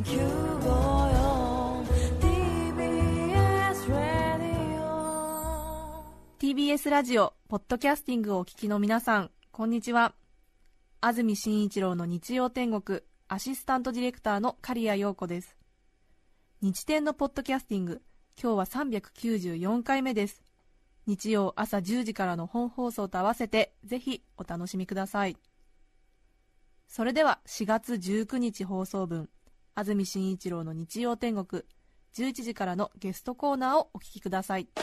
TBS ラジオポッドキャスティングをお聞きの皆さん、こんにちは。安住紳一郎の日曜天国アシスタントディレクターの刈谷陽子です。日天のポッドキャスティング、今日は394回目です。日曜朝10時からの本放送と合わせてぜひお楽しみください。それでは4月19日放送分、安住紳一郎の日曜天国、11時からのゲストコーナーをお聞きください。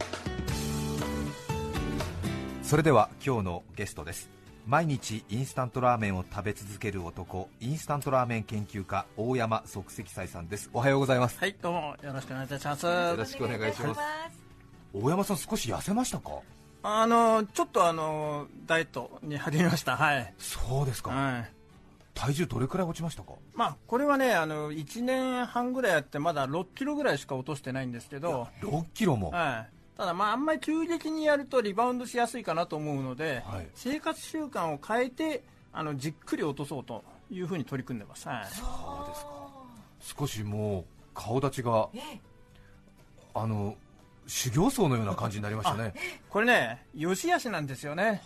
それでは今日のゲストです。毎日インスタントラーメンを食べ続ける男、インスタントラーメン研究家大山即席斎さんです。おはようございます。 はい、どうもよろしくお願いいたします。 よろしくお願いします。大山さん、少し痩せましたか？ ちょっとダイエットに始めました。はい。 そうですか。 はい。 体重どれくらい落ちましたか？ これはね、1年半ぐらいやってまだ6キロぐらいしか落としてないんですけど。 6キロも。 はい。ただあんまり急激にやるとリバウンドしやすいかなと思うので、はい、生活習慣を変えてじっくり落とそうというふうに取り組んでます。はい。 そうですか。少しもう顔立ちが修行僧のような感じになりましたね。 これね、良し悪しなんですよね。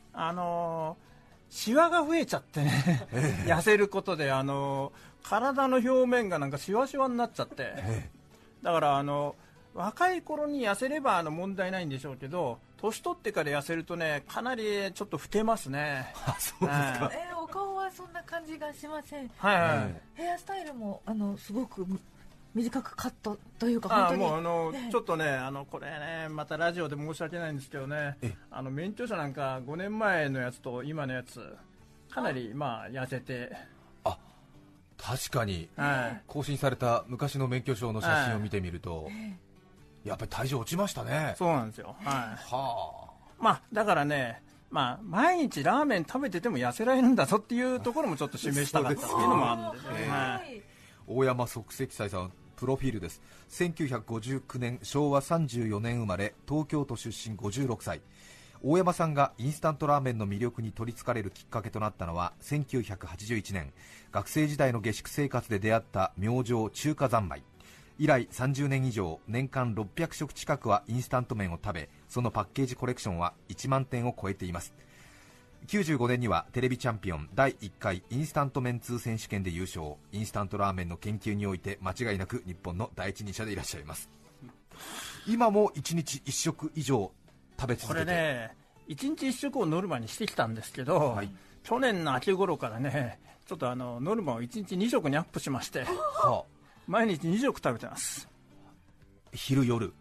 シワが増えちゃってね、痩せることで体の表面がなんかシワシワになっちゃって、だから若い頃に痩せれば問題ないんでしょうけど、年取ってから痩せるとね、かなりちょっと老けますね。 そうですか。 お顔はそんな感じがしません。 はいはい。 ヘアスタイルもすごく短くカットというか、本当にもうちょっとね、これね、またラジオで申し訳ないんですけどね、免許証なんか5年前のやつと今のやつかなり痩せて、 確かに、更新された昔の免許証の写真を見てみると、やっぱり体重落ちましたね。 そうなんですよ。だからね、毎日ラーメン食べてても痩せられるんだぞっていうところもちょっと示したかったっていうのもあるんですよね。 大山即席斎さん、プロフィールです。1959年昭和34年生まれ、東京都出身、56歳。大山さんがインスタントラーメンの魅力に取りつかれるきっかけとなったのは1981年、学生時代の下宿生活で出会った明星中華三昧。以来30年以上、年間600食近くはインスタント麺を食べ、そのパッケージコレクションは1万点を超えています。95年にはテレビチャンピオン第1回インスタント麺通選手権で優勝。インスタントラーメンの研究において間違いなく日本の第一人者でいらっしゃいます。今も1日1食以上食べ続けて、 これね、1日1食をノルマにしてきたんですけど、去年の秋頃からね、ちょっとノルマを1日2食にアップしまして、毎日2食食べてます。 昼夜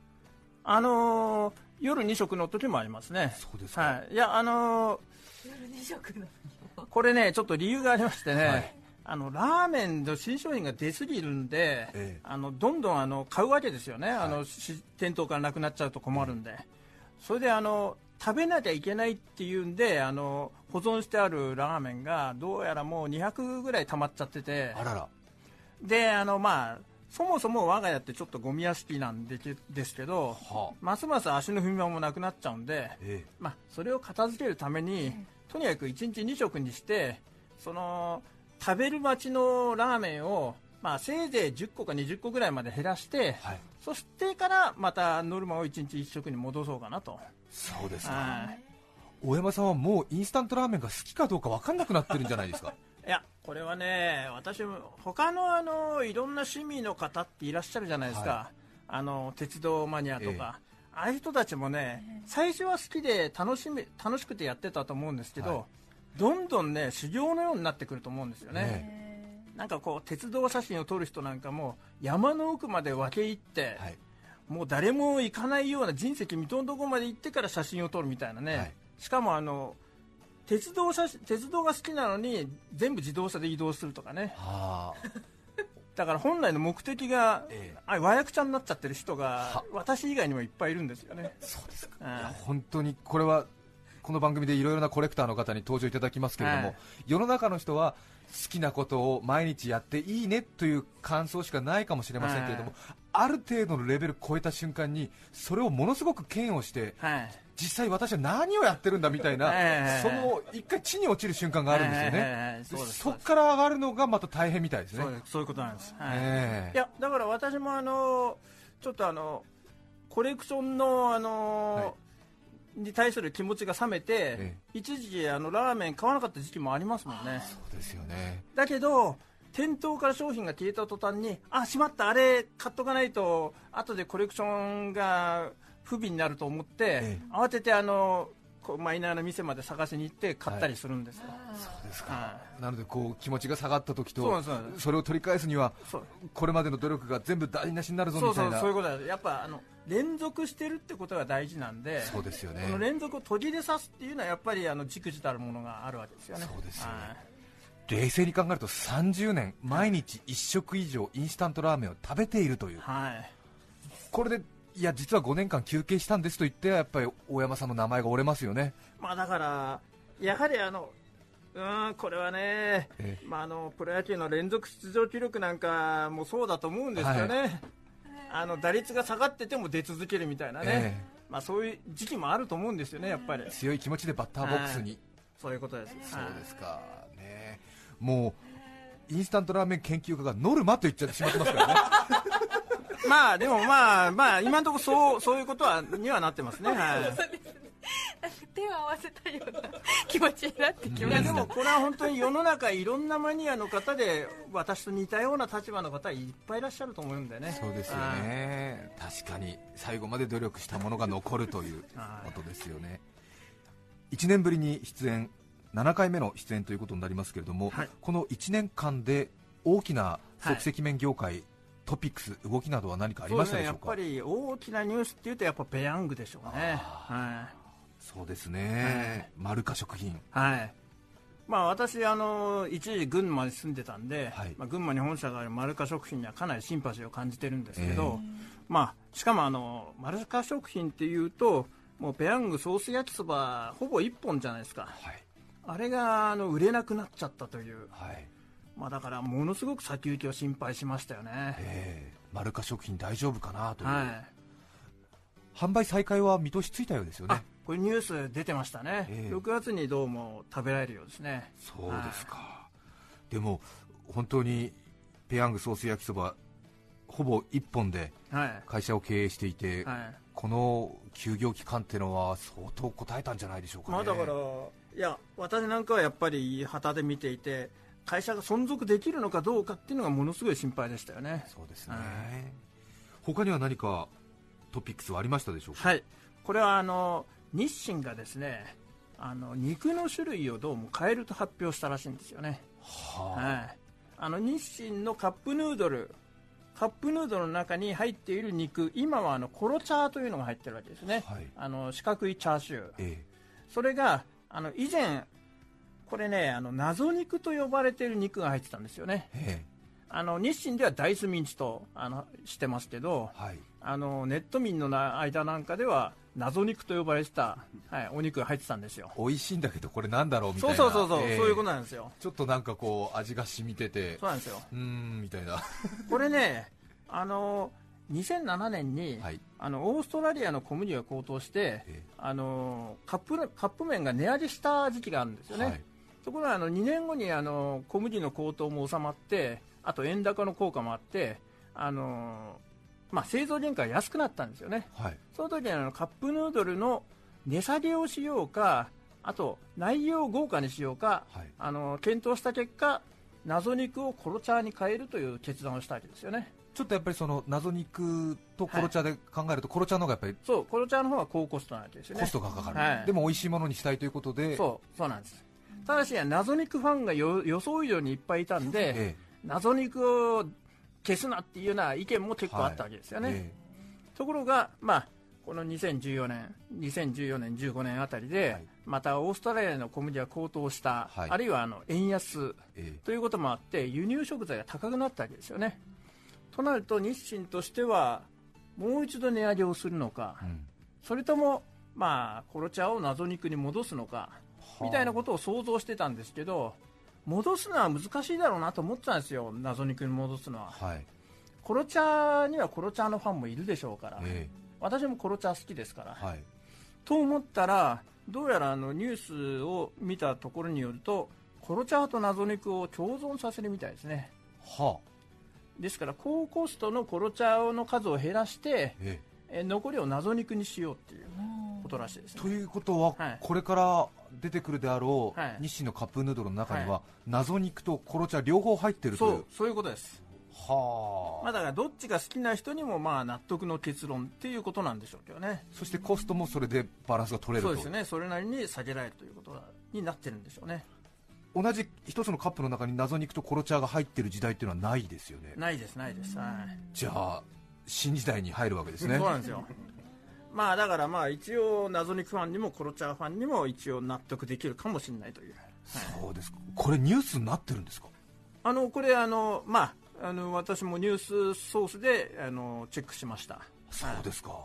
夜2食の時もありますね。 そうですか。 いや夜2食のこれね、ちょっと理由がありましてね、ラーメンの新商品が出過ぎるんで、どんどん買うわけですよね。店頭からなくなっちゃうと困るんで、それで食べなきゃいけないっていうんで保存してあるラーメンがどうやらもう200ぐらい溜まっちゃってて、でそもそも我が家ってちょっとゴミ屋敷なんですけど、ますます足の踏み場もなくなっちゃうんで、それを片付けるために、とにかく1日2食にして、その食べる待ちのラーメンを、せいぜい10個か20個ぐらいまで減らして、そしてからまたノルマを1日1食に戻そうかなと。 そうですか。大山さんはもうインスタントラーメンが好きかどうか分かんなくなってるんじゃないですか？ いや、これはね、私も他のいろんな趣味の方っていらっしゃるじゃないですか。鉄道マニアとか、ああいう人たちもね、最初は好きで楽しくてやってたと思うんですけど、どんどんね、修行のようになってくると思うんですよね。なんかこう鉄道写真を撮る人なんかも山の奥まで分け入って、もう誰も行かないような人石未踏のところまで行ってから写真を撮るみたいなね。しかも鉄道が好きなのに全部自動車で移動するとかね。だから本来の目的が、和訳ちゃんになっちゃってる人が私以外にもいっぱいいるんですよね。 そうですか。いや本当にこれはこの番組でいろいろなコレクターの方に登場いただきますけれども、世の中の人は好きなことを毎日やっていいねという感想しかないかもしれませんけれども、 ある程度のレベル超えた瞬間にそれをものすごく嫌悪して、実際私は何をやってるんだみたいな、その一回地に落ちる瞬間があるんですよね。そこから上がるのがまた大変みたいですね。 そういうことなんです。いやだから私もちょっとコレクションのに対する気持ちが冷めて、一時期ラーメン買わなかった時期もありますもんね。 そうですよね。 だけど店頭から商品が消えた途端に、しまった、あれ買っとかないと後でコレクションが不備になると思って、慌ててマイナーな店まで探しに行って買ったりするんですよ。 そうですか。なので気持ちが下がった時と それを取り返すにはこれまでの努力が全部台無しになるぞみたいな。 そういうことだ。やっぱ連続してるってことが大事なんで、 そうですよね。 この連続を途切れさすっていうのはやっぱり忸怩たるものがあるわけですよね。 そうですよね。冷静に考えると30年毎日1食以上インスタントラーメンを食べているという、これでいや実は5年間休憩したんですと言ってやっぱり大山さんの名前が折れますよね。 だからやはりこれはね、プロ野球の連続出場記録なんかもそうだと思うんですよね。打率が下がってても出続けるみたいなね、そういう時期もあると思うんですよね。やっぱり強い気持ちでバッターボックスに、 そういうことです。 そうですかね。もうインスタントラーメン研究家がノルマと言っちゃってしまってますからね。 でも今のところそういうことにはなってますね。 手を合わせたような気持ちになってきました。 でもこれは本当に世の中いろんなマニアの方で私と似たような立場の方いっぱいいらっしゃると思うんでね。 そうですよね。確かに最後まで努力したものが残るということですよね。1年ぶりに出演、7回目の出演ということになりますけれども、この1年間で大きな即席麺業界、トピックス、動きなどは何かありましたでしょうか。 やっぱり大きなニュースっていうとやっぱペヤングでしょうね。 そうですね、マルカ食品、 私一時群馬に住んでたんで、群馬に本社があるマルカ食品にはかなりシンパシーを感じてるんですけど、しかもマルカ食品っていうともうペヤングソース焼きそばほぼ1本じゃないですか、あれが売れなくなっちゃったという、だからものすごく先行きを心配しましたよね。 マルカ食品大丈夫かなという、販売再開は見通しついたようですよね。 これニュース出てましたね、6月にどうも食べられるようですね。 そうですか、でも本当にペヤングソース焼きそばほぼ1本で会社を経営していて、この休業期間っていうのは相当応えたんじゃないでしょうかね。 だからいや私なんかはやっぱり旗で見ていて会社が存続できるのかどうかっていうのがものすごい心配でしたよね。 そうですね、他には何かトピックスはありましたでしょうか。 これは日清がですね肉の種類をどうも変えると発表したらしいんですよね。日清のカップヌードルの中に入っている肉、今はコロチャーというのが入ってるわけですね、四角いチャーシュー、それが以前これね謎肉と呼ばれている肉が入ってたんですよね。日清では大豆ミンチとしてますけど、ネット民の間なんかでは謎肉と呼ばれてた、お肉が入ってたんですよ。 美味しいんだけどこれなんだろうみたいな。 そういうことなんですよ。 ちょっとなんか味が染みてて、 そうなんですよ。 みたいな。 これね2007年に、オーストラリアの小麦が高騰して、カップ麺が値上げした時期があるんですよね。ところが2年後に小麦の高騰も収まって、あと円高の効果もあって製造原価が安くなったんですよね。その時にカップヌードルの値下げをしようか、あと内容を豪華にしようか、検討した結果謎肉をコロチャーに変えるという決断をしたわけですよね。 ちょっとやっぱりその謎肉とコロチャで考えると、コロチャの方がやっぱりコロチャの方が高コストなわけですよね。 コストがかかる、でも美味しいものにしたいということで。 そうなんです。ただし謎肉ファンが予想以上にいっぱいいたんで、謎肉を消すなっていうような意見も結構あったわけですよね。ところが、この2014年15年あたりで、またオーストラリアの小麦が高騰した、あるいは円安ということもあって輸入食材が高くなったわけですよね。となると日清としてはもう一度値上げをするのか、それともコロチャを謎肉に戻すのかみたいなことを想像してたんですけど、戻すのは難しいだろうなと思ってたんですよ。謎肉に戻すのは、 コロチャにはコロチャのファンもいるでしょうから、私もコロチャ好きですから、はい、と思ったらどうやらニュースを見たところによるとコロチャと謎肉を共存させるみたいですね。はあ、ですから高コストのコロチャの数を減らして、残りを謎肉にしようっていうことらしいですね。 ということは、はい、これから出てくるであろう、はい、日清のカップヌードルの中には、はい、謎肉とコロチャ両方入ってるという。 そういうことです。はあ、まあ、だからどっちが好きな人にもまあ納得の結論っていうことなんでしょうけどね。 そしてコストもそれでバランスが取れると。 そうですね、それなりに下げられるということになってるんでしょうね。 同じ一つのカップの中に謎肉とコロチャが入ってる時代っていうのはないですよね。 ないです、ないです、はい、 じゃあ新時代に入るわけですね。 そうなんですよ。まあだからまあ一応謎肉ファンにもコロチャファンにも一応納得できるかもしれないという、はい、 そうですか。これニュースになってるんですか？ これまあ私もニュースソースでチェックしました。 そうですか、はい、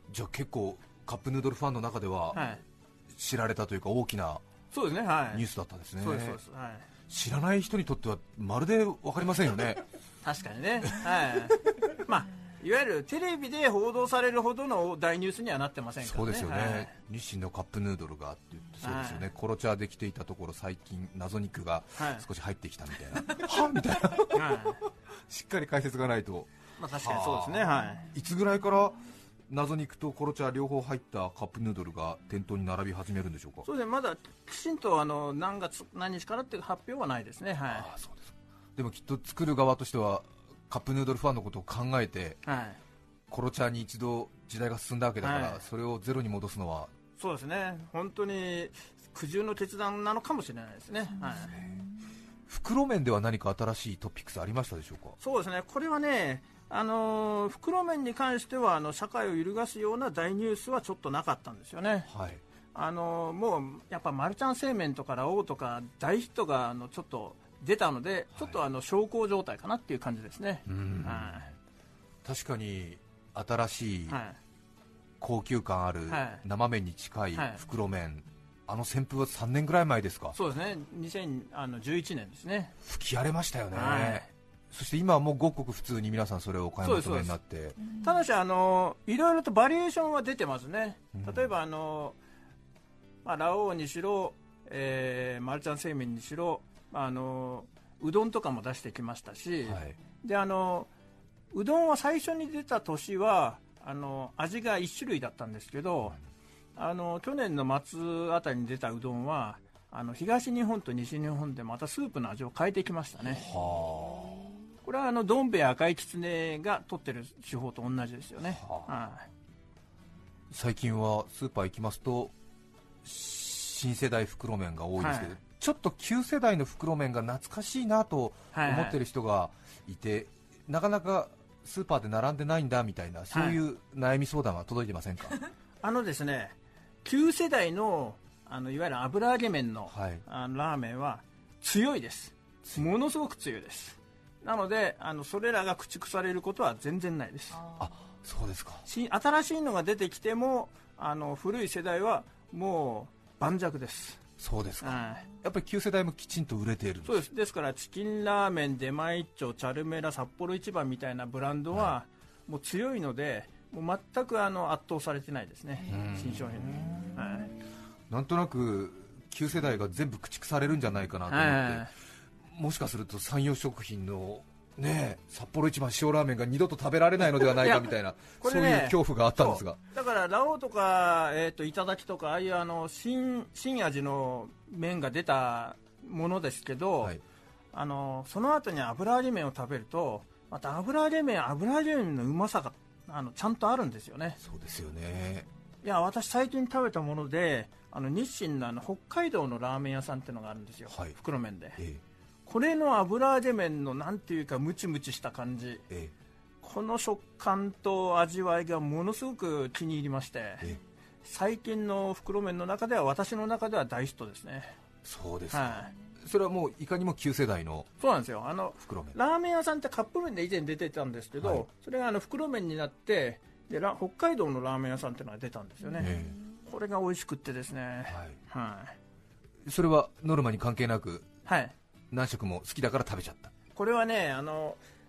じゃあ結構カップヌードルファンの中では知られたというか大きなニュースだったんですね。 そうです、そうです、はい、 知らない人にとってはまるで分かりませんよね。 確かにね、はい、まあいわゆるテレビで報道されるほどの大ニュースにはなってませんからね。 そうですよね、 はい、 日清のカップヌードルがって言ってそうですよね、はい、コロチャできていたところ最近謎肉が少し入ってきたみたいな、はみたいな、はい、しっかり解説がないと。 まあ、確かにそうですね、はい、いつぐらいから謎肉とコロチャ両方入ったカップヌードルが店頭に並び始めるんでしょうか？ そうですね、まだきちんと何月何日からっていう発表はないですね。はい、 そうです。でもきっと作る側としてはカップヌードルファンのことを考えて、はい、コロチャに一度時代が進んだわけだから、はい、それをゼロに戻すのは。 そうですね、本当に苦渋の決断なのかもしれないですね。はい、 袋麺では何か新しいトピックスありましたでしょうか？ そうですね、これはね、袋麺に関しては社会を揺るがすような大ニュースはちょっとなかったんですよね。はい、もうやっぱマルちゃん製麺とかラオウとか大ヒットがちょっと出たので、ちょっと小康状態かなっていう感じですね。 はい、確かに新しい高級感ある生麺に近い袋麺、旋風は3年ぐらい前ですか？ そうですね、2011年ですね。 吹き荒れましたよね。はい、そして今はもうごくごく普通に皆さんそれをお買い求めになって。 ただしいろいろとバリエーションは出てますね。例えばラオウにしろ、マルちゃん製麺にしろ、うどんとかも出してきましたし、はい、でうどんは最初に出た年は味が1種類だったんですけど、去年の末あたりに出たうどんは東日本と西日本でまたスープの味を変えてきましたね。はあ、これはどん兵衛赤いきつねが取ってる手法と同じですよね。はあ、はい、 最近はスーパー行きますと新世代袋麺が多いですけど、はい、ちょっと旧世代の袋麺が懐かしいなと思ってる人がいて、はいはい、なかなかスーパーで並んでないんだみたいな、そういう悩み相談は届いてませんか？ ですね、旧世代のいわゆる油揚げ麺の、はい、ラーメンは強いです。ものすごく強いです。なのでそれらが駆逐されることは全然ないです。 あ、そうですか。 新しいのが出てきても古い世代はもう盤石です。 そうですか、はい、やっぱり旧世代もきちんと売れているんです。 そうです。ですからチキンラーメン、出前一丁、チャルメラ、札幌一番みたいなブランドはもう強いので、もう全く圧倒されてないですね、新商品に。はい、 なんとなく旧世代が全部駆逐されるんじゃないかなと思って、はい、もしかすると山陽食品の札幌一番塩ラーメンが二度と食べられないのではないかみたいなそういう恐怖があったんですが、 だからラオウとか、いただきとかああいう新味の麺が出たものですけど、はい、その後に油揚げ麺を食べるとまた油揚げ麺のうまさがちゃんとあるんですよね。 そうですよね。 いや、私最近食べたもので日清の北海道のラーメン屋さんっていうのがあるんですよ、はい、袋麺で、これの油揚げ麺のなんていうかムチムチした感じ、この食感と味わいがものすごく気に入りまして、最近の袋麺の中では私の中では大ヒットですね。 そうですか、はい、それはもういかにも旧世代のそうなんですよ。袋麺、ラーメン屋さんってカップ麺で以前出てたんですけど、はい、それが袋麺になってで北海道のラーメン屋さんっていうのが出たんですよね、これが美味しくってですね、はいはい、 それはノルマに関係なく、 はい、 何食も好きだから食べちゃった。 これはね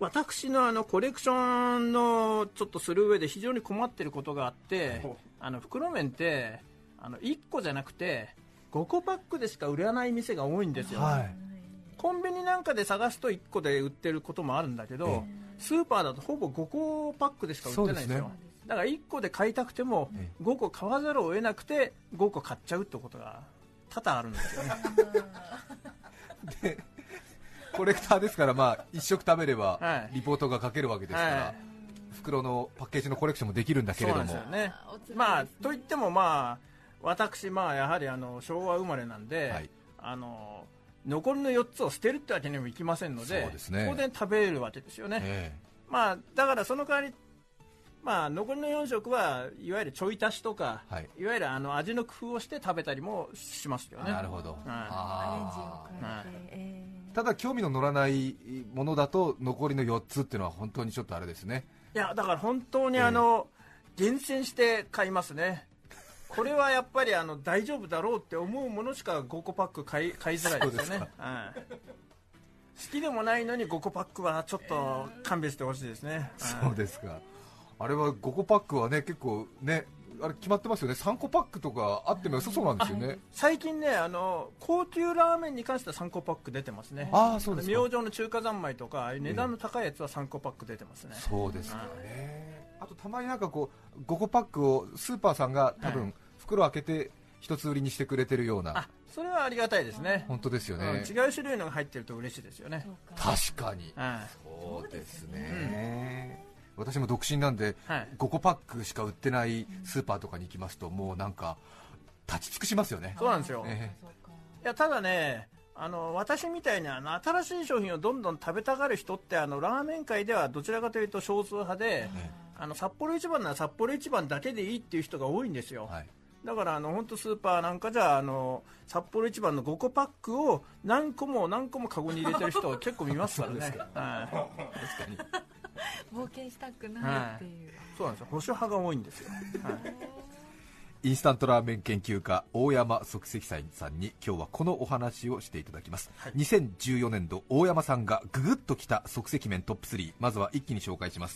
私のコレクションのちょっとする上で非常に困っていることがあって、袋麺って1個じゃなくて5個パックでしか売らない店が多いんですよ、はい、コンビニなんかで探すと1個で売ってることもあるんだけど、スーパーだとほぼ5個パックでしか売ってないんですよ。だから1個で買いたくても5個買わざるを得なくて5個買っちゃうってことが多々あるんですよねでコレクターですから、まあ、一食食べればリポートが書けるわけですから、はい、袋のパッケージのコレクションもできるんだけれども、そうなんですよね。 まあ、といっても、まあ、私、まあ、やはり昭和生まれなんで、はい、残りの4つを捨てるってわけにもいきませんので、そうですね、当然食べるわけですよね、まあ、だからその代わり、まあ、残りの4食はいわゆるちょい足しとか、はい、いわゆる味の工夫をして食べたりもしますよね。 なるほど、 アレンジを加えて、 ただ興味の乗らないものだと残りの4つっていうのは本当にちょっとあれですね。 いやだから本当に厳選して買いますね。これはやっぱり大丈夫だろうって思うものしか5個パック買いづらいですよね。好きでもないのに5個パックはちょっと勘弁してほしいですね。 そうですか。あれは5個パックはね結構ね、あれ決まってますよね。3個パックとかあっても良さそうなんですよね。 最近ね高級ラーメンに関しては3個パック出てますね。 あ、そうですか。 明星の中華三昧とか値段の高いやつは3個パック出てますね。 そうですよね。あとたまになんかこう5個パックをスーパーさんが多分袋開けて一つ売りにしてくれてるような、 あ、それはありがたいですね。 本当ですよね、 違う種類のが入ってると嬉しいですよね。 確かに、そうですね、私も独身なんで、5個パックしか売ってないスーパーとかに行きますと、もうなんか立ち尽くしますよね。 そうなんですよ、いやただね、私みたいに新しい商品をどんどん食べたがる人ってラーメン界ではどちらかというと少数派で、札幌一番なら札幌一番だけでいいっていう人が多いんですよ、だから本当スーパーなんかじゃ札幌一番の5個パックを何個も何個もカゴに入れてる人は結構見ますからね。確かに冒険したくないっていう、 そうなんですよ、保守派が多いんですよ、 インスタントラーメン研究家大山即席さんに今日はこのお話をしていただきます、2014年度大山さんがググッときた即席麺トップ3、まずは一気に紹介します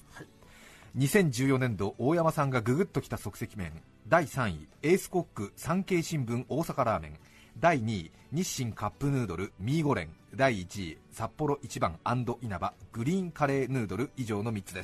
、2014年度大山さんがググッときた即席麺、第3位エースコック産経新聞大阪ラーメン、第2位日清カップヌードルミーゴレン、第1位札幌一番&稲葉グリーンカレーヌードル、以上の3つです。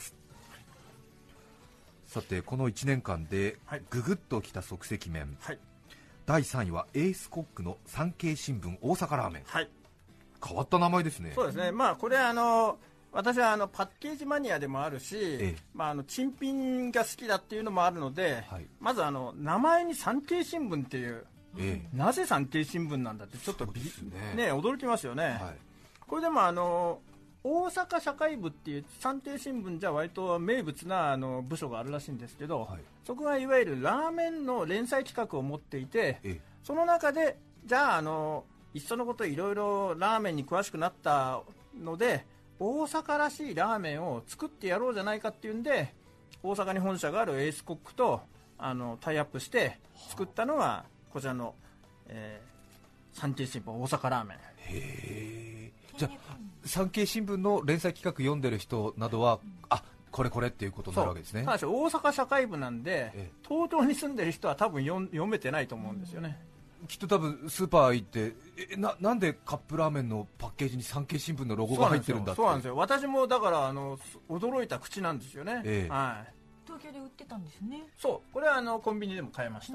さてこの1年間でググッときた即席麺、第3位はエースコックの産経新聞大阪ラーメン、変わった名前ですね。 そうですね、まあこれ私はパッケージマニアでもあるし、珍品が好きだっていうのもあるので、まず名前に産経新聞っていう、なぜ産経新聞なんだってちょっと驚きますよね、これでも大阪社会部っていう産経新聞じゃ割と名物な部署があるらしいんですけど、そこがいわゆるラーメンの連載企画を持っていて、その中でじゃあいっそのこといろいろラーメンに詳しくなったので大阪らしいラーメンを作ってやろうじゃないかっていうんで、大阪に本社があるエースコックとタイアップして作ったのがこちらの、産経新聞大阪ラーメン。 じゃあ産経新聞の連載企画読んでる人などは、これこれっていうことになるわけですね。 ただし大阪社会部なんで、東京に住んでる人は多分読めてないと思うんですよね。 きっと多分スーパー行ってなんでカップラーメンのパッケージに産経新聞のロゴが入ってるんだって。 そうなんですよ、私もだから驚いた口なんですよね、 東京で売ってたんですね。 そう、これはコンビニでも買えました。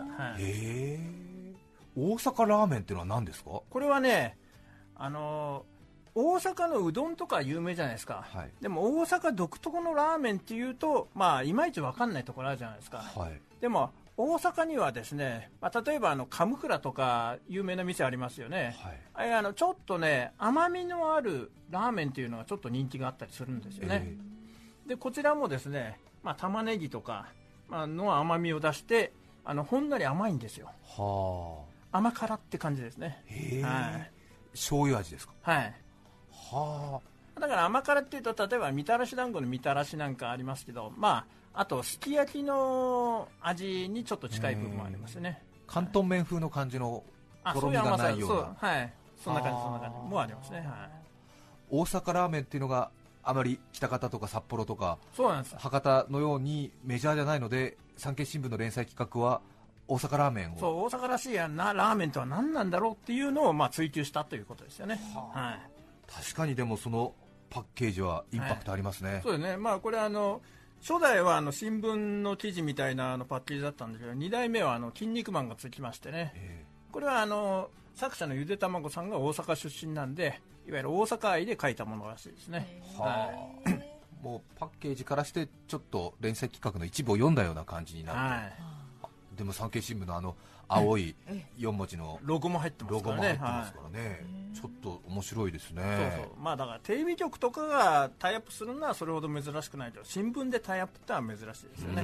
大阪ラーメンっていうのは何ですか？ これはね、大阪のうどんとか有名じゃないですか、でも大阪独特のラーメンっていうと、いまいち分かんないところあるじゃないですか、でも大阪にはですね、例えばカムクラとか有名な店ありますよね、ちょっとね甘みのあるラーメンっていうのがちょっと人気があったりするんですよね、でこちらもですね、玉ねぎとかの甘みを出してほんのり甘いんですよ。甘辛って感じですね。 醤油味ですか？ だから甘辛っていうと、例えばみたらし団子のみたらしなんかありますけど、あとすき焼きの味にちょっと近い部分もありますよね。 広東麺風の感じのとろみがないような、 そんな感じもありますね。 大阪ラーメンっていうのがあまり北方とか札幌とかそうなんです。 博多のようにメジャーじゃないので、産経新聞の連載企画は大阪ラーメンを、 そう、大阪らしいラーメンとは何なんだろうっていうのを追求したということですよね。はい、 確かにでもそのパッケージはインパクトありますね。 はい、そうですね。これ初代は新聞の記事みたいなパッケージだったんですけど、2代目は筋肉マンがつきましてね、これは作者のゆでたまごさんが大阪出身なんで、いわゆる大阪愛で書いたものらしいですね。 もうパッケージからしてちょっと連載企画の一部を読んだような感じになって、はい、でも産経新聞の青い4文字のロゴも入ってますからね、 ちょっと面白いですね。 だからテレビ局とかがタイアップするのはそれほど珍しくないけど、新聞でタイアップってのは珍しいですよね。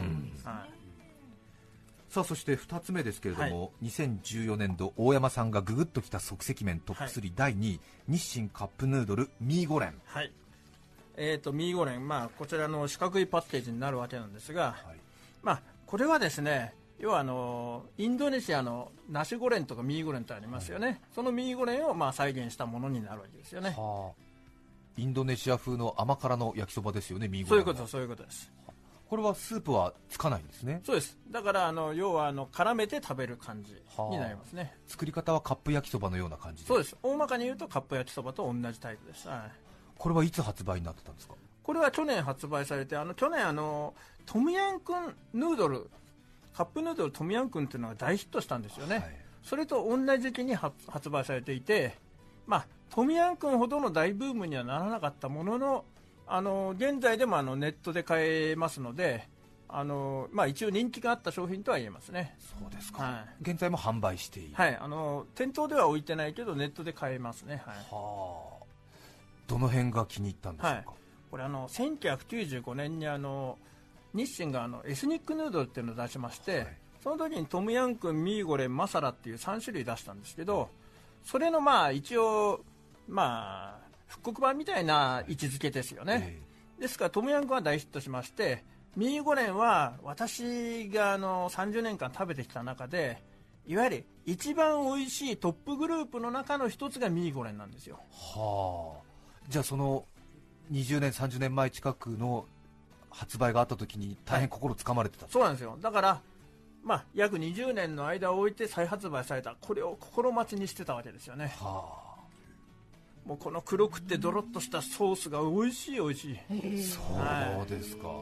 さあそして2つ目ですけれども、2014年度大山さんがググッときた即席麺トップ3、第2位、日清カップヌードルミーゴレン。 はい、ミーゴレン、こちらの四角いパッケージになるわけなんですが、これはですね、要はインドネシアのナシゴレンとかミーゴレンとありますよね、そのミーゴレンを再現したものになるわけですよね。 インドネシア風の甘辛の焼きそばですよね、ミーゴレン。 そういうことです。 これはスープはつかないんですね。 そうです。だから要は絡めて食べる感じになりますね。 作り方はカップ焼きそばのような感じで。 そうです。大まかに言うとカップ焼きそばと同じタイプです。 これはいつ発売になってたんですか？ これは去年発売されて、去年トムヤンクンヌードル、カップヌードルトムヤンクンっていうのが大ヒットしたんですよね。それと同じ時期に発売されていて、トムヤンクンほどの大ブームにはならなかったものの、現在でもネットで買えますので、一応人気があった商品とは言えますね。 そうですか。現在も販売している。 はい、店頭では置いてないけどネットで買えますね。 どの辺が気に入ったんでしょうか？ これ1995年に日清がエスニックヌードルっていうのを出しまして、その時にトムヤンクン、ミーゴレン、マサラっていう3種類出したんですけど、それの一応復刻版みたいな位置づけですよね。ですからトムヤンクンは大ヒットしまして、ミーゴレンは私が30年間食べてきた中でいわゆる一番おいしいトップグループの中の一つがミーゴレンなんですよ。 じゃあその20年30年前近くの発売があった時に大変心つかまれてた、 そうなんですよ。だから約20年の間を置いて再発売された、これを心待ちにしてたわけですよね。もうこの黒くてドロッとしたソースが美味しい。そうですか。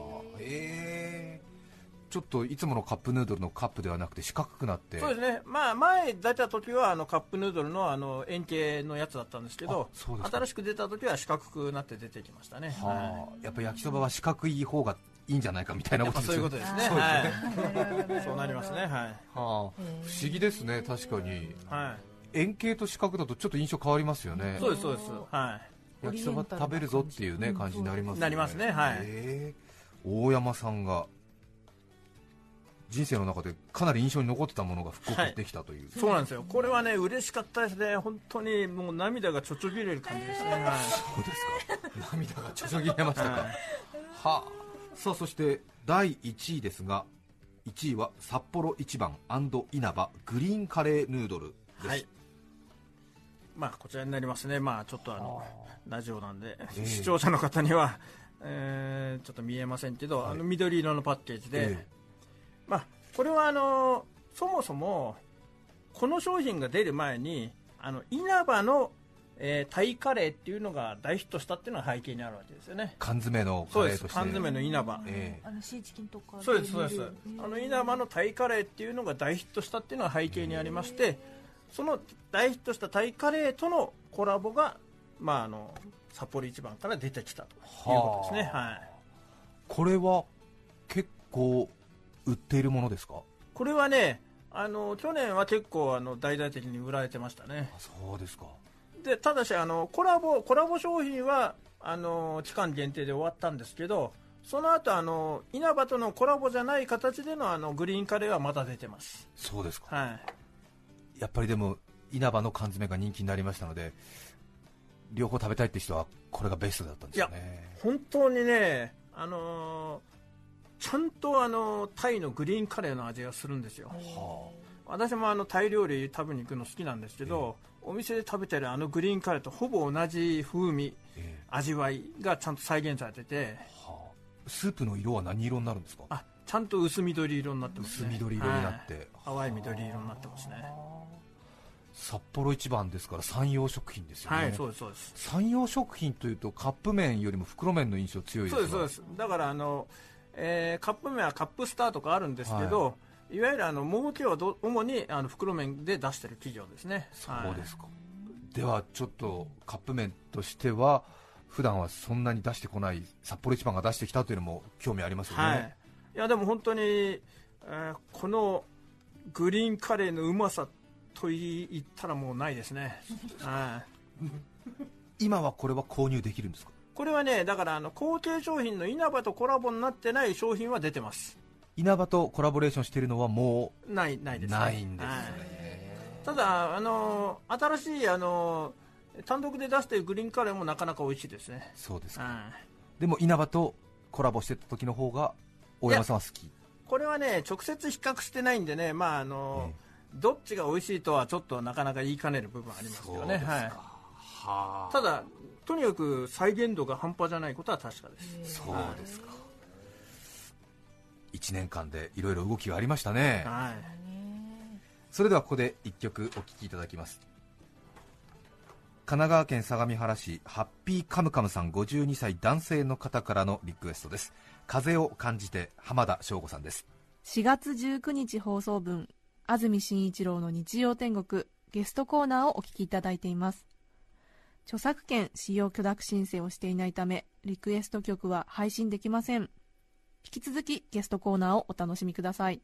ちょっといつものカップヌードルのカップではなくて四角くなって。 そうですね。前出た時はカップヌードルの円形のやつだったんですけど、新しく出た時は四角くなって出てきましたね。 やっぱり焼きそばは四角い方がいいんじゃないかみたいなことですね。 そういうことですね。そうなりますね。 不思議ですね、確かに。円形と四角だとちょっと印象変わりますよね。 そうです。 焼きそば食べるぞっていうね感じになりますね。 なりますね。 大山さんが人生の中でかなり印象に残ってたものが復刻できたという、 そうなんですよ。これはね嬉しかったですね。本当にもう涙がちょちょぎれる感じですね。 そうですか。涙がちょちょぎれましたか。さあそして第1位ですが、1位は札幌一番&稲葉グリーンカレーヌードルです。 こちらになりますね。ちょっとラジオなんで、視聴者の方には、ちょっと見えませんけど、緑色のパッケージで、これはそもそもこの商品が出る前に稲葉の、タイカレーっていうのが大ヒットしたっていうのが背景にあるわけですよね。 缶詰のカレーとして。 そうです。缶詰の稲葉、 シーチキンとか。 そうです。稲葉のタイカレーっていうのが大ヒットしたっていうのが背景にありまして、その大ヒットしたタイカレーとのコラボが、札幌一番から出てきたということですね。 これは結構売っているものですか？ これはね、去年は結構大々的に売られてましたね。 そうですか。 でただしコラボ商品は期間限定で終わったんですけど、その後稲葉とのコラボじゃない形でのグリーンカレーはまだ出てます。 そうですか。やっぱりでも稲葉の缶詰が人気になりましたので、両方食べたいって人はこれがベストだったんですよね。 いや本当にね、ちゃんとタイのグリーンカレーの味がするんですよ。私もタイ料理食べに行くの好きなんですけど、 お店で食べてるグリーンカレーとほぼ同じ風味、味わいがちゃんと再現されてて、 スープの色は何色になるんですか？ ちゃんと薄緑色になってますね。 薄緑色になって、 淡い緑色になってますね。 札幌一番ですから山陽食品ですよね。 はい、そうですそうです。 山陽食品というとカップ麺よりも袋麺の印象強いですか？ そうですそうです。だからカップ麺はカップスターとかあるんですけど、いわゆる儲けは主に袋麺で出してる企業ですね。 そうですか。ではちょっとカップ麺としては普段はそんなに出してこない札幌一番が出してきたというのも興味ありますよね。 いやでも本当に、このグリーンカレーのうまさと言ったらもうないですね。 今はこれは購入できるんですか？ これはね、だから後継商品の稲葉とコラボになってない商品は出てます。 稲葉とコラボレーションしているのはもうないですね。 ないんですね。 ただ新しい単独で出しているグリーンカレーもなかなか美味しいですね。 そうですか。でも稲葉とコラボしてた時の方が大山さんは好き？これはね直接比較してないんでね、どっちが美味しいとはちょっとなかなか言いかねる部分ありますよね。ただとにかく再現度が半端じゃないことは確かです。 そうですか。1年間でいろいろ動きがありましたね。それではここで1曲お聴きいただきます。神奈川県相模原市ハッピーカムカムさん52歳男性の方からのリクエストです。風を感じて、浜田省吾さんです。 4月19日放送分、安住紳一郎の日曜天国ゲストコーナーをお聞きいただいています。著作権使用許諾申請をしていないためリクエスト曲は配信できません。引き続きゲストコーナーをお楽しみください。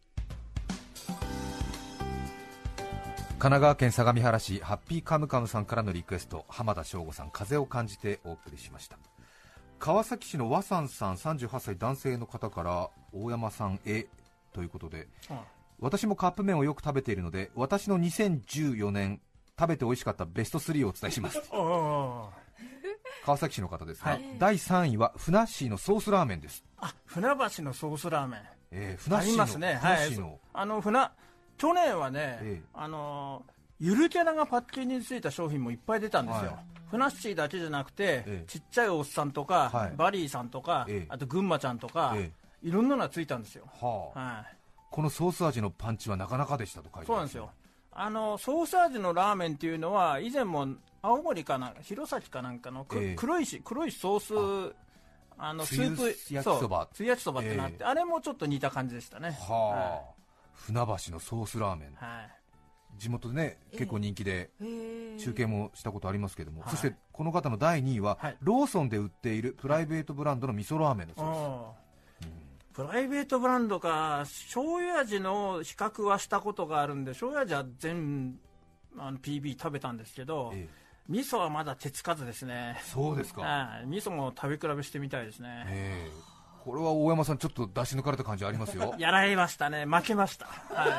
神奈川県相模原市ハッピーカムカムさんからのリクエスト、浜田省吾さん、風を感じてお送りしました。川崎市の和さんさん38歳男性の方から、大山さんへということで、私もカップ麺をよく食べているので、私の2014年食べて美味しかったベスト3をお伝えします川崎市の方ですが、第3位はふなっしーのソースラーメンです。 船橋のソースラーメン、 ふなっしーの、ありますね。 去年はね、ゆるキャラがパッケージについた商品もいっぱい出たんですよ。ふなっしーだけじゃなくて、ちっちゃいおっさんとか、バリーさんとか、あと群馬ちゃんとか、いろんなのがついたんですよ。 このソース味のパンチはなかなかでしたと書いてある。 そうなんですよ。ソース味のラーメンっていうのは以前も青森かな、弘前かなんかの黒いソーススープ焼きそば、 つゆ焼きそばってなって、あれもちょっと似た感じでしたね。 船橋のソースラーメン、地元でね結構人気で中継もしたことありますけども、そしてこの方の第2位は、ローソンで売っているプライベートブランドの味噌ラーメンのソース。 プライベートブランドか、醤油味の比較はしたことがあるんで、醤油味は全PB 食べたんですけど、味噌はまだ手つかずですね。 そうですか。 味噌も食べ比べしてみたいですね。 これは大山さんちょっと出し抜かれた感じありますよやられましたね、負けました、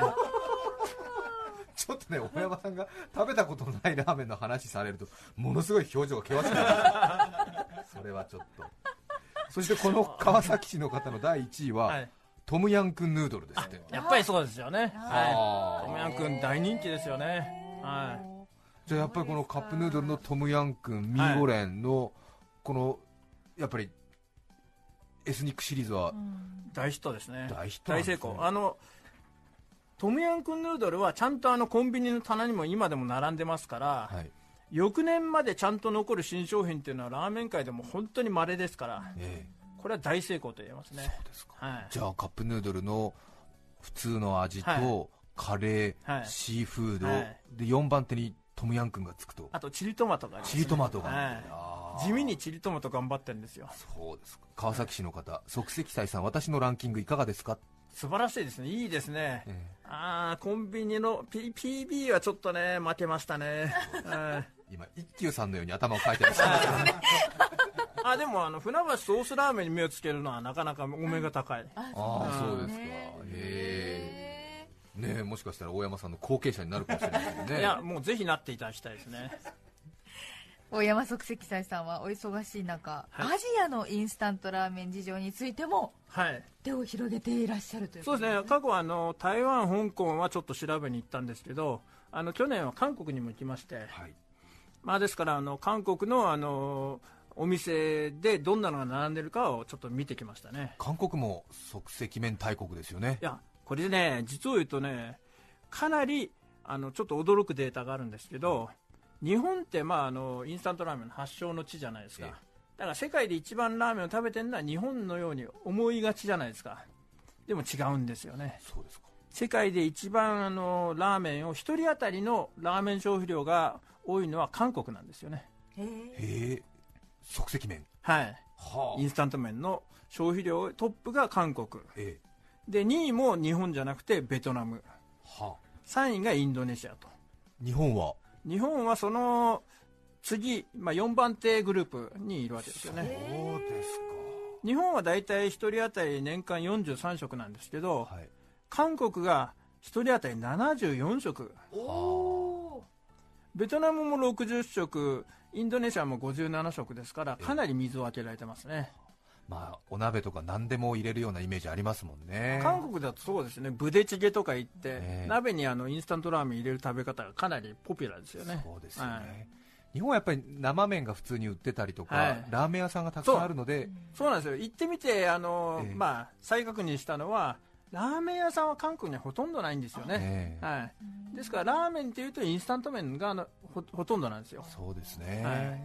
ちょっとね、大山さんが食べたことないラーメンの話されるとものすごい表情が険しくなるそれはちょっと。そしてこの川崎市の方の第1位は、トムヤンクンヌードルですって。 やっぱりそうですよね。トムヤンクン大人気ですよね。 じゃあやっぱりこのカップヌードルのトムヤンクンミーゴレンのこのやっぱりエスニックシリーズは大ヒットですね。 大成功。トムヤンクンヌードルはちゃんとコンビニの棚にも今でも並んでますから、翌年までちゃんと残る新商品っていうのはラーメン界でも本当に稀ですから、これは大成功と言えますね。 そうですか。じゃあカップヌードルの普通の味とカレー、シーフード、で4番手にトムヤンクンがつくと、 あとチリトマトがありますね。 チリトマトが、 地味にチリトマト頑張ってるんですよ。 そうですか。川崎市の方、即席斎さん、私のランキングいかがですか？ 素晴らしいですね。いいですね。コンビニの、PB はちょっとね負けましたね。 今一休さんのように頭をかいてました。 でも船橋ソースラーメンに目をつけるのはなかなかお目が高い。 そうですか。ね、もしかしたら大山さんの後継者になるかもしれないですね。 いや、もうぜひなっていただきたいですね。 大山即席斎さんはお忙しい中、アジアのインスタントラーメン事情についても手を広げていらっしゃるという。 そうですね。過去台湾、香港はちょっと調べに行ったんですけど、 去年は韓国にも行きまして、ですから韓国のお店でどんなのが並んでるかをちょっと見てきましたね。 韓国も即席麺大国ですよね。 いや、これでね、実を言うとね、かなりちょっと驚くデータがあるんですけど、日本って、インスタントラーメンの発祥の地じゃないですか。だから世界で一番ラーメンを食べてるのは日本のように思いがちじゃないですか。でも違うんですよね。 そうですか。 世界で一番ラーメンを1人当たりのラーメン消費量が多いのは韓国なんですよね。 即席麺、 インスタント麺の消費量トップが韓国、で2位も日本じゃなくてベトナム、3位がインドネシアと。 日本はその次、4番手グループにいるわけですよね。 そうですか。 日本はだいたい1人当たり年間43食なんですけど、韓国が1人当たり74食。ベトナムも60食、インドネシアも57食ですから、かなり水をあけられてますね。 お鍋とか何でも入れるようなイメージありますもんね。 韓国だとそうですね、ブデチゲとか言って、鍋にインスタントラーメン入れる食べ方がかなりポピュラーですよね。 そうですよね。日本はやっぱり生麺が普通に売ってたりとか、ラーメン屋さんがたくさんあるので。 そうなんですよ。行ってみて再確認したのは、ラーメン屋さんは韓国にはほとんどないんですよね。ですからラーメンっていうとインスタント麺がほとんどなんですよ。 そうですね。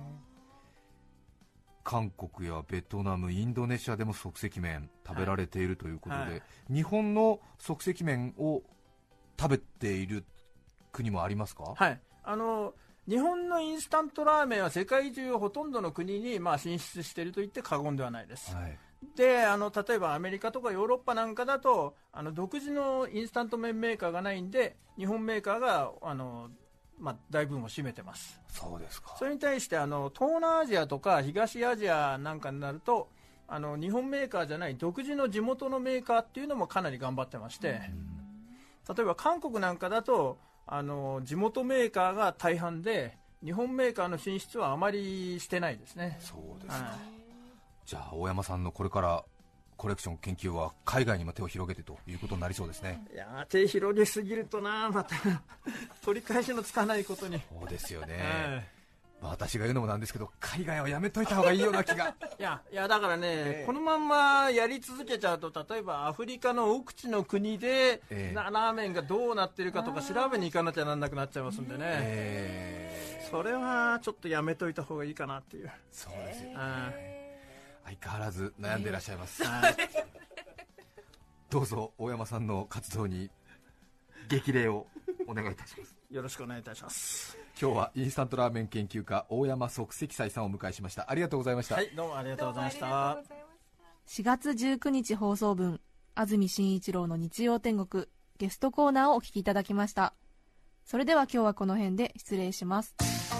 韓国やベトナム、インドネシアでも即席麺食べられているということで、日本の即席麺を食べている国もありますか？ 日本のインスタントラーメンは世界中ほとんどの国に進出していると言って過言ではないです。で例えばアメリカとかヨーロッパなんかだと独自のインスタント麺メーカーがないんで、日本メーカーが大部分を占めてます。 そうですか。 それに対して東南アジアとか東アジアなんかになると日本メーカーじゃない独自の地元のメーカーっていうのもかなり頑張ってまして、例えば韓国なんかだと地元メーカーが大半で、日本メーカーの進出はあまりしてないですね。 そうですか。じゃあ大山さんのこれからコレクション研究は海外にも手を広げてということになりそうですね。 いや、手広げすぎるとまた取り返しのつかないことに。 そうですよね。私が言うのもなんですけど、海外はやめといた方がいいような気が。 いやだからね、このまんまやり続けちゃうと、例えばアフリカの奥地の国で、ラーメンがどうなってるかとか調べに行かなきゃなんなくなっちゃいますんでね、それはちょっとやめといた方がいいかなっていう。 そうですよね。相変わらず悩んでいらっしゃいます。どうぞ大山さんの活動に激励をお願いいたします。 よろしくお願いいたします。 今日はインスタントラーメン研究家大山即席斎さんをお迎えしました。ありがとうございました。 どうもありがとうございました。 4月19日放送分、安住紳一郎の日曜天国ゲストコーナーをお聞きいただきました。それでは今日はこの辺で失礼します。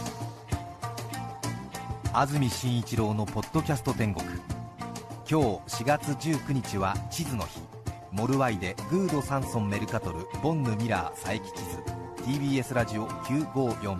安住紳一郎のポッドキャスト天国。今日4月19日は地図の日。モルワイでグードサンソンメルカトルボンヌミラー佐伯地図 TBS ラジオ954。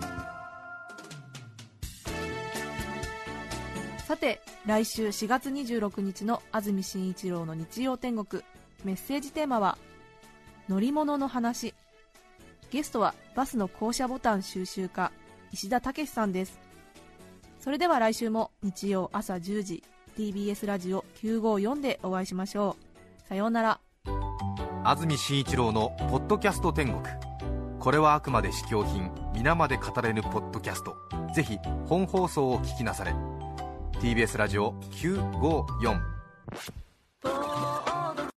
さて来週4月26日の安住紳一郎の日曜天国、メッセージテーマは乗り物の話。ゲストはバスの降車ボタン収集家石田武さんです。それでは来週も日曜朝10時 TBS ラジオ954でお会いしましょう。さようなら。 安住紳一郎のポッドキャスト天国。これはあくまで試供品、皆まで語れぬポッドキャスト。ぜひ本放送を聞きなされ。 TBS ラジオ954。